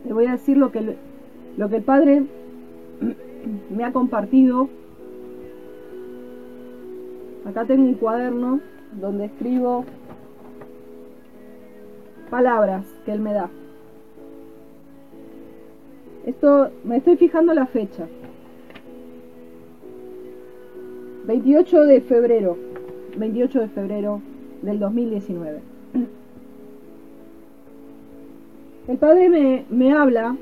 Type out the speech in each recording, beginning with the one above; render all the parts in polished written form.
te voy a decir lo que el Padre me ha compartido. Acá tengo un cuaderno donde escribo palabras que Él me da. Esto, me estoy fijando la fecha. 28 de febrero del 2019. El Padre me habla.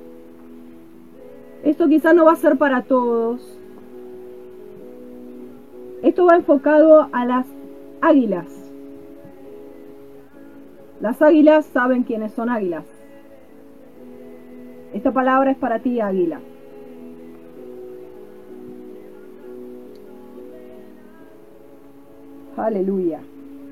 Esto quizás no va a ser para todos. Esto va enfocado a las águilas. Las águilas saben quiénes son águilas. Esta palabra es para ti, águila. Aleluya.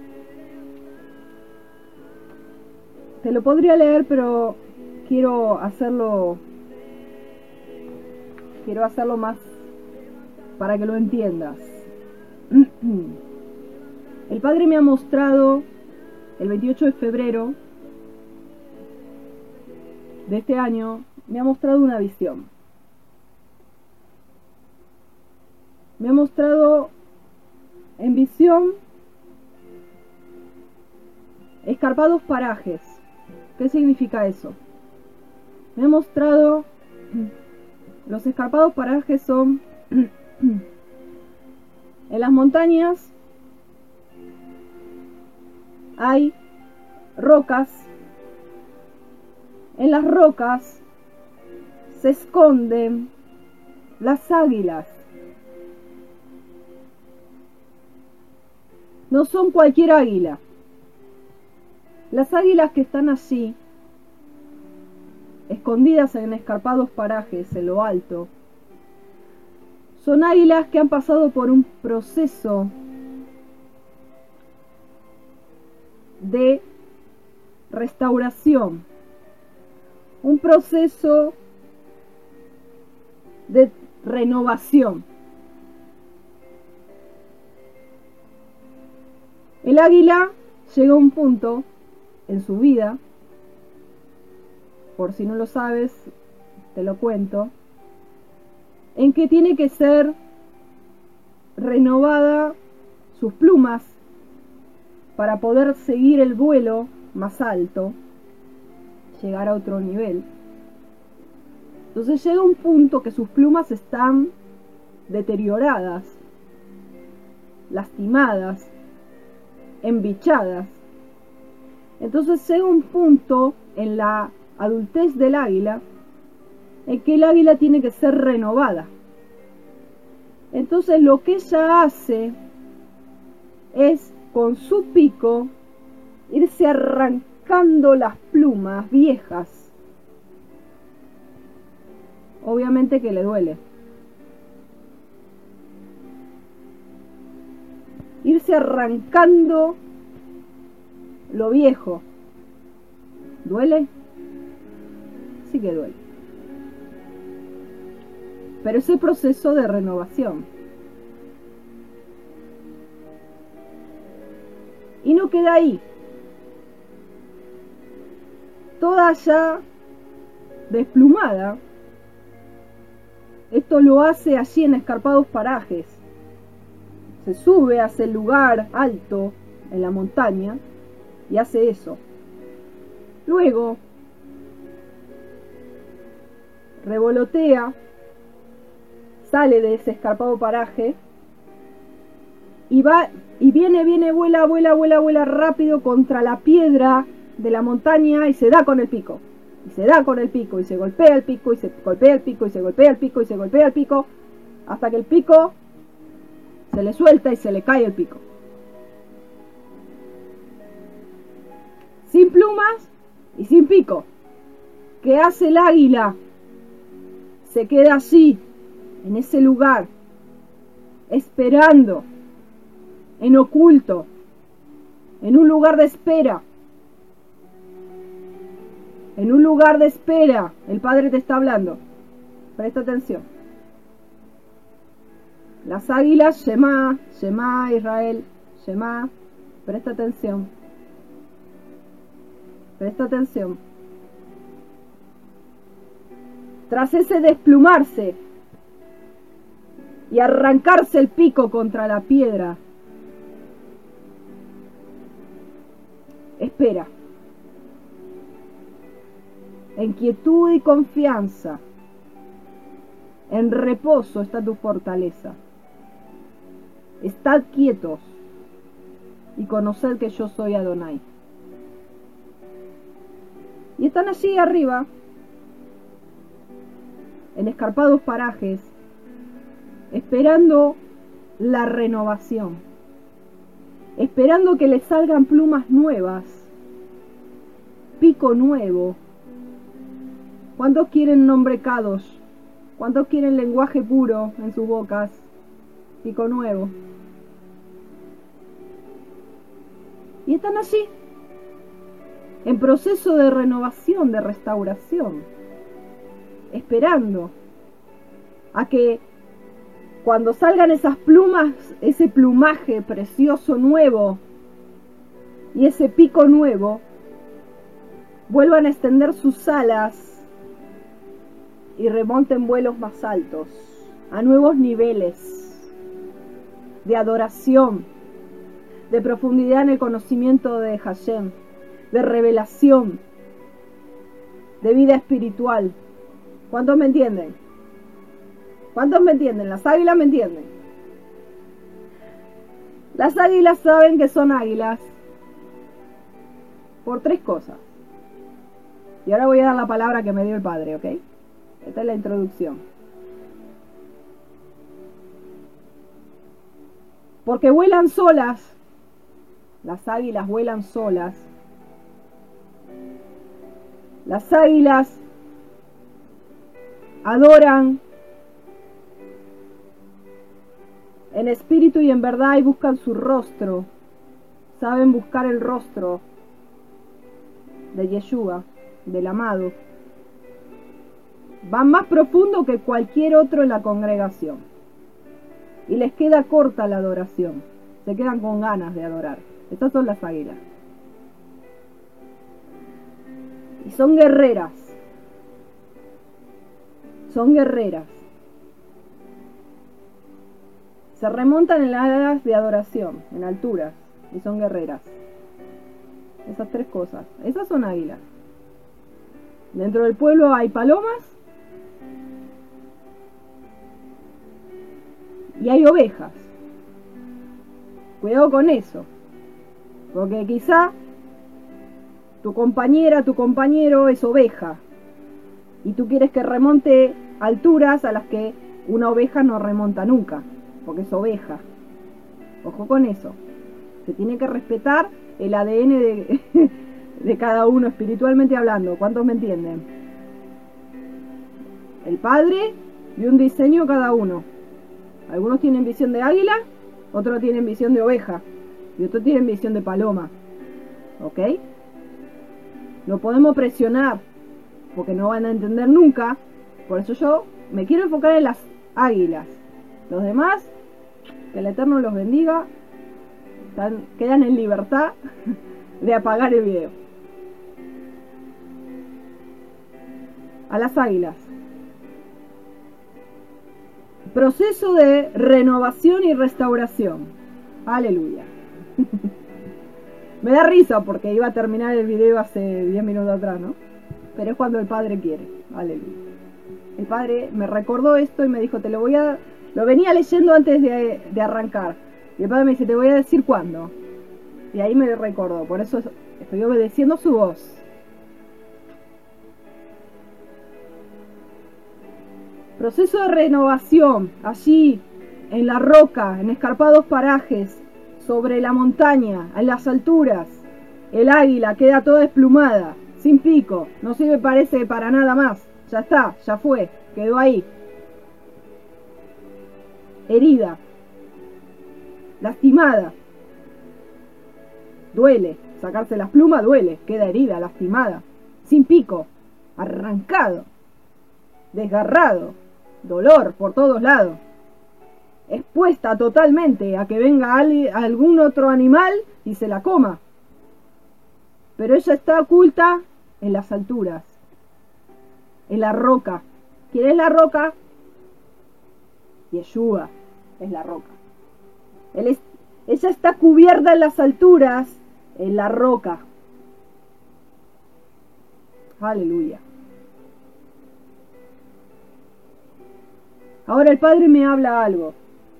Te lo podría leer, pero quiero hacerlo más para que lo entiendas. El Padre me ha mostrado el 28 de febrero de este año, me ha mostrado una visión. Me ha mostrado en visión escarpados parajes. ¿Qué significa eso? Me ha mostrado, los escarpados parajes son en las montañas hay rocas. En las rocas se esconden las águilas. No son cualquier águila. Las águilas que están allí, escondidas en escarpados parajes, en lo alto, son águilas que han pasado por un proceso de restauración, un proceso de renovación. El águila llega a un punto en su vida, por si no lo sabes, te lo cuento, en que tiene que ser renovada sus plumas para poder seguir el vuelo más alto, llegar a otro nivel. Entonces llega un punto que sus plumas están deterioradas, lastimadas, embichadas. Entonces llega un punto en la adultez del águila en que el águila tiene que ser renovada. Entonces lo que ella hace es con su pico irse arrancando las plumas viejas. Obviamente que le duele. Irse arrancando lo viejo. ¿Duele? Sí que duele. Pero ese proceso de renovación. Y no queda ahí. Toda ya desplumada. Esto lo hace allí en escarpados parajes. Se sube hacia el lugar alto en la montaña y hace eso. Luego revolotea, sale de ese escarpado paraje y va y viene, vuela rápido contra la piedra de la montaña y se da con el pico. Y se da con el pico y se golpea el pico y se golpea el pico y se golpea el pico y se golpea el pico hasta que el pico se le suelta y se le cae el pico. Sin plumas y sin pico. ¿Qué hace el águila? Se queda allí, en ese lugar, esperando, en oculto, en un lugar de espera. En un lugar de espera, el Padre te está hablando. Presta atención. Las águilas, Shema, Shema Israel, Shema, presta atención. Presta atención. tras ese desplumarse y arrancarse el pico contra la piedra, espera. En quietud y confianza, en reposo está tu fortaleza. Estad quietos y conoced que yo soy Adonai. Y están allí arriba, en escarpados parajes, esperando la renovación, esperando que les salgan plumas nuevas, pico nuevo. ¿Cuántos quieren nombre Kadosh? ¿Cuántos quieren lenguaje puro en sus bocas? Pico nuevo. Y están allí, en proceso de renovación, de restauración, esperando a que cuando salgan esas plumas, ese plumaje precioso nuevo y ese pico nuevo, vuelvan a extender sus alas y remonten vuelos más altos, a nuevos niveles de adoración, de profundidad en el conocimiento de Hashem, de revelación, de vida espiritual. ¿Cuántos me entienden? ¿Cuántos me entienden? Las águilas me entienden. Las águilas saben que son águilas por 3 cosas. Y ahora voy a dar la palabra que me dio el Padre, ¿ok? Esta es la introducción. Porque vuelan solas. Las águilas vuelan solas. Las águilas adoran en espíritu y en verdad y buscan su rostro. Saben buscar el rostro de Yeshua, del amado. Van más profundo que cualquier otro en la congregación. Y les queda corta la adoración. Se quedan con ganas de adorar. Estas son las águilas. Y son guerreras. Son guerreras. Se remontan en las alas de adoración, en alturas. Y son guerreras. Esas 3 cosas. Esas son águilas. Dentro del pueblo hay palomas. Y hay ovejas. Cuidado con eso. Porque quizá tu compañera, tu compañero es oveja. Y tú quieres que remonte alturas a las que una oveja no remonta nunca. Porque es oveja. Ojo con eso. Se tiene que respetar el ADN de cada uno espiritualmente hablando. ¿Cuántos me entienden? El Padre dio un diseño cada uno. Algunos tienen visión de águila, otros tienen visión de oveja y otros tienen visión de paloma. ¿Ok? No podemos presionar porque no van a entender nunca. Por eso yo me quiero enfocar en las águilas. Los demás, que el Eterno los bendiga, quedan en libertad de apagar el video. A las águilas. Proceso de renovación y restauración. Aleluya. Me da risa porque iba a terminar el video hace 10 minutos atrás, ¿no? Pero es cuando el Padre quiere. Aleluya. El Padre me recordó esto y me dijo, lo venía leyendo antes de arrancar. Y el Padre me dice, te voy a decir cuándo. Y ahí me recordó. Por eso estoy obedeciendo su voz. Proceso de renovación, allí, en la roca, en escarpados parajes, sobre la montaña, en las alturas. El águila queda toda desplumada, sin pico, no sirve parece para nada más. Ya está, ya fue, quedó ahí. Herida, lastimada. Duele, sacarse las plumas duele, queda herida, lastimada, sin pico, arrancado, desgarrado. Dolor por todos lados, expuesta totalmente a que venga algún otro animal y se la coma, pero ella está oculta en las alturas, en la roca, ¿Quién es la roca? Yeshua es la roca. Ella está cubierta en las alturas, en la roca. Aleluya. Ahora el Padre me habla algo.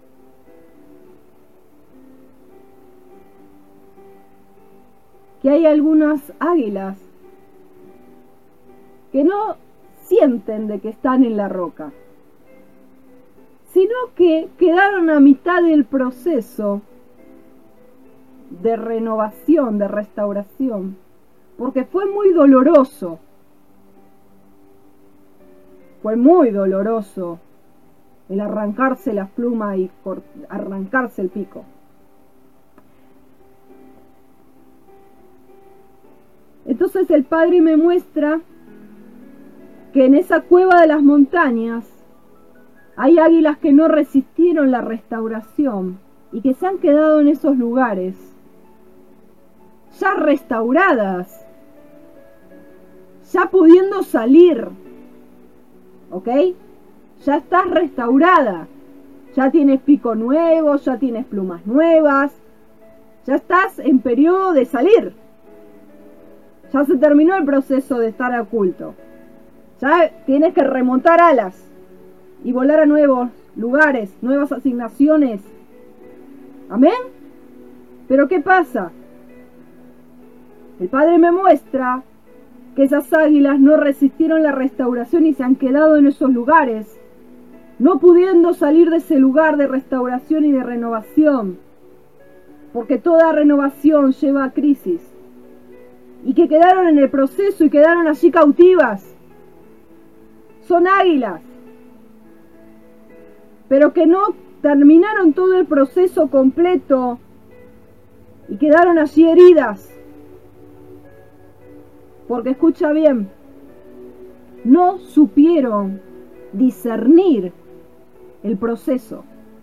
Que hay algunas águilas que no sienten de que están en la roca, sino que quedaron a mitad del proceso de renovación, de restauración, porque fue muy doloroso. Fue muy doloroso el arrancarse las plumas y arrancarse el pico. Entonces el Padre me muestra que en esa cueva de las montañas hay águilas que no resistieron la restauración y que se han quedado en esos lugares, ya restauradas, ya pudiendo salir, ¿ok? Ya estás restaurada, ya tienes pico nuevo, ya tienes plumas nuevas, ya estás en periodo de salir. Ya se terminó el proceso de estar oculto. Ya tienes que remontar alas y volar a nuevos lugares, nuevas asignaciones. ¿Amén? Pero ¿qué pasa? El Padre me muestra que esas águilas no resistieron la restauración y se han quedado en esos lugares, no pudiendo salir de ese lugar de restauración y de renovación, porque toda renovación lleva a crisis. Y que quedaron en el proceso y quedaron allí cautivas. Son águilas, pero que no terminaron todo el proceso completo y quedaron allí heridas. Porque escucha bien, no supieron discernir el proceso.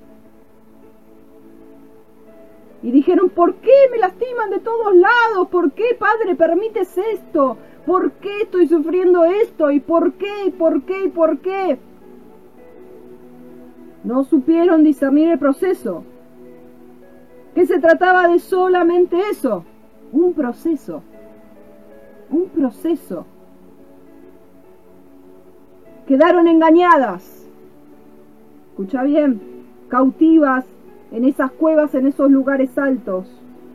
Y dijeron, ¿por qué me lastiman de todos lados? ¿Por qué, Padre, permites esto? ¿Por qué estoy sufriendo esto? ¿Y por qué? ¿Por qué? ¿Por qué? No supieron discernir el proceso. Que se trataba de solamente eso. Un proceso. Un proceso. Quedaron engañadas. Escucha bien. Cautivas en esas cuevas, en esos lugares altos.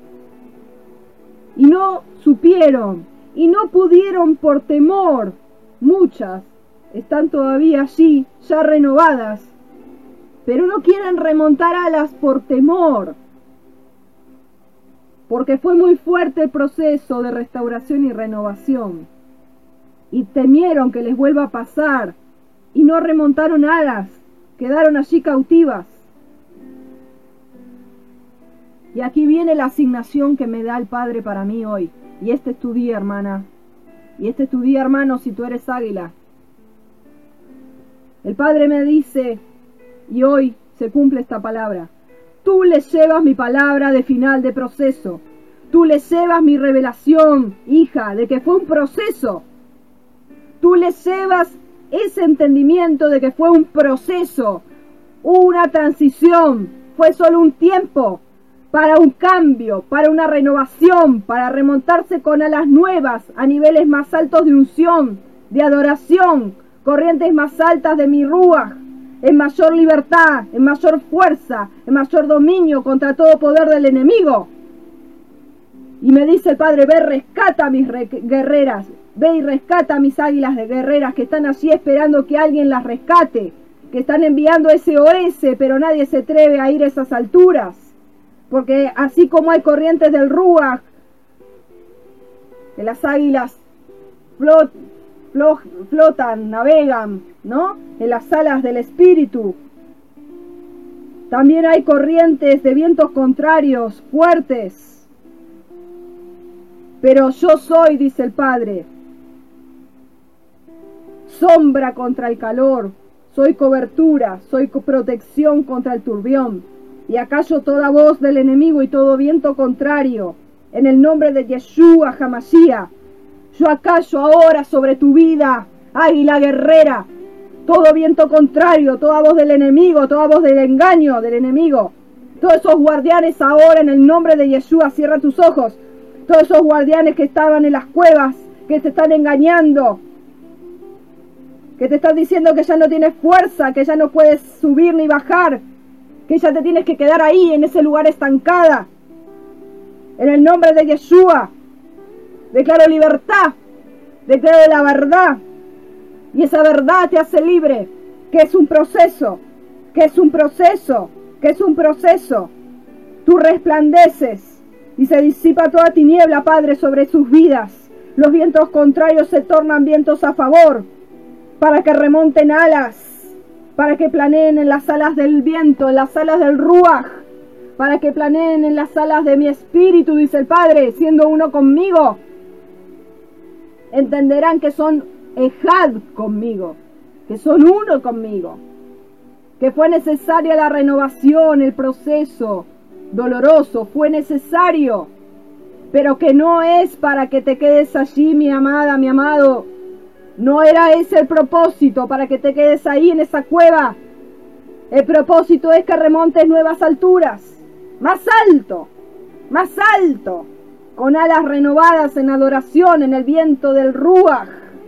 Y no supieron, y no pudieron por temor. Muchas están todavía allí, ya renovadas, pero no quieren remontar alas por temor, porque fue muy fuerte el proceso de restauración y renovación, y temieron que les vuelva a pasar, y no remontaron alas, quedaron allí cautivas. Y aquí viene la asignación que me da el Padre para mí hoy. Y este es tu día, hermana. Y este es tu día, hermano, si tú eres águila. El Padre me dice, y hoy se cumple esta palabra. Tú le llevas mi palabra de final de proceso. Tú le llevas mi revelación, hija, de que fue un proceso. Tú le llevas ese entendimiento de que fue un proceso, una transición. Fue solo un tiempo para un cambio, para una renovación, para remontarse con alas nuevas a niveles más altos de unción, de adoración, corrientes más altas de mi ruaj, en mayor libertad, en mayor fuerza, en mayor dominio contra todo poder del enemigo. Y me dice el Padre, ve, rescata a mis guerreras, ve y rescata a mis águilas de guerreras que están allí esperando que alguien las rescate, que están enviando SOS, pero nadie se atreve a ir a esas alturas. Porque así como hay corrientes del Ruach, que las águilas flotan, navegan, ¿no? En las alas del Espíritu. También hay corrientes de vientos contrarios, fuertes. Pero yo soy, dice el Padre, sombra contra el calor, soy cobertura, soy protección contra el turbión. Y acallo toda voz del enemigo y todo viento contrario. En el nombre de Yeshua HaMashiach, yo acallo ahora sobre tu vida, águila guerrera, todo viento contrario, toda voz del enemigo, toda voz del engaño del enemigo. Todos esos guardianes ahora en el nombre de Yeshua, cierra tus ojos. Todos esos guardianes que estaban en las cuevas, que te están engañando, que te están diciendo que ya no tienes fuerza, que ya no puedes subir ni bajar, que ya te tienes que quedar ahí, en ese lugar estancada. En el nombre de Yeshua, declaro libertad, declaro la verdad, y esa verdad te hace libre, que es un proceso, que es un proceso, que es un proceso. Tú resplandeces y se disipa toda tiniebla, Padre, sobre sus vidas. Los vientos contrarios se tornan vientos a favor, para que remonten alas, para que planeen en las alas del viento, en las alas del Ruach, para que planeen en las alas de mi espíritu, dice el Padre, siendo uno conmigo. Entenderán que son Ejad conmigo, que son uno conmigo, que fue necesaria la renovación, el proceso doloroso, fue necesario, pero que no es para que te quedes allí, mi amada, mi amado. No era ese el propósito, para que te quedes ahí en esa cueva. El propósito es que remontes nuevas alturas, más alto, con alas renovadas en adoración, en el viento del Ruach,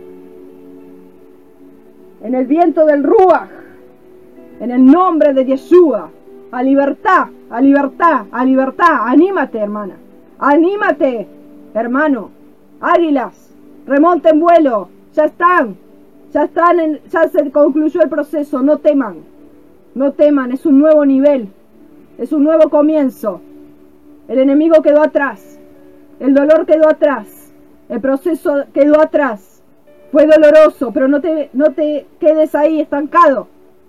en el viento del Ruach, en el nombre de Yeshua, a libertad, a libertad, a libertad. Anímate, hermana, anímate, hermano. Águilas, remonten vuelo, ya se concluyó el proceso, no teman, es un nuevo nivel, es un nuevo comienzo. El enemigo quedó atrás, el dolor quedó atrás, el proceso quedó atrás. Fue doloroso, pero no te quedes ahí estancado.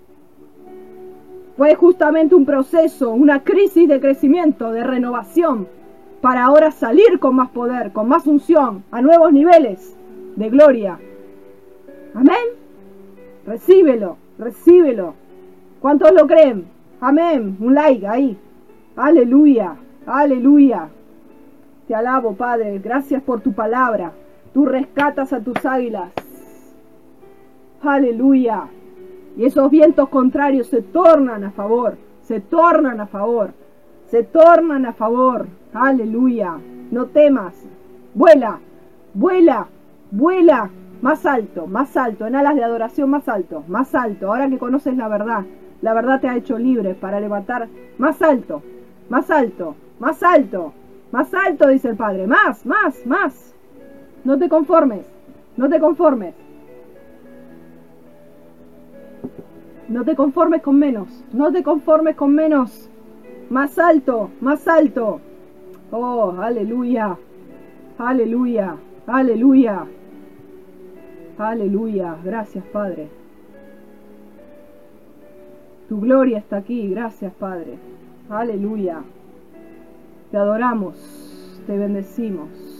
Fue justamente un proceso, una crisis de crecimiento, de renovación, para ahora salir con más poder, con más unción, a nuevos niveles de gloria. Amén. Recíbelo. ¿Cuántos lo creen? Amén. Un like ahí. Aleluya. Te alabo, Padre. Gracias por tu palabra. Tú rescatas a tus águilas. Aleluya. Y esos vientos contrarios se tornan a favor. Aleluya. No temas. Vuela. Más alto. En alas de adoración más alto. Ahora que conoces la verdad te ha hecho libre para levantar más alto. Más alto, dice el Padre. Más. No te conformes. No te conformes con menos. Más alto. Oh, aleluya. Gracias, Padre. Tu gloria está aquí. Gracias, Padre. Aleluya. Te adoramos. Te bendecimos.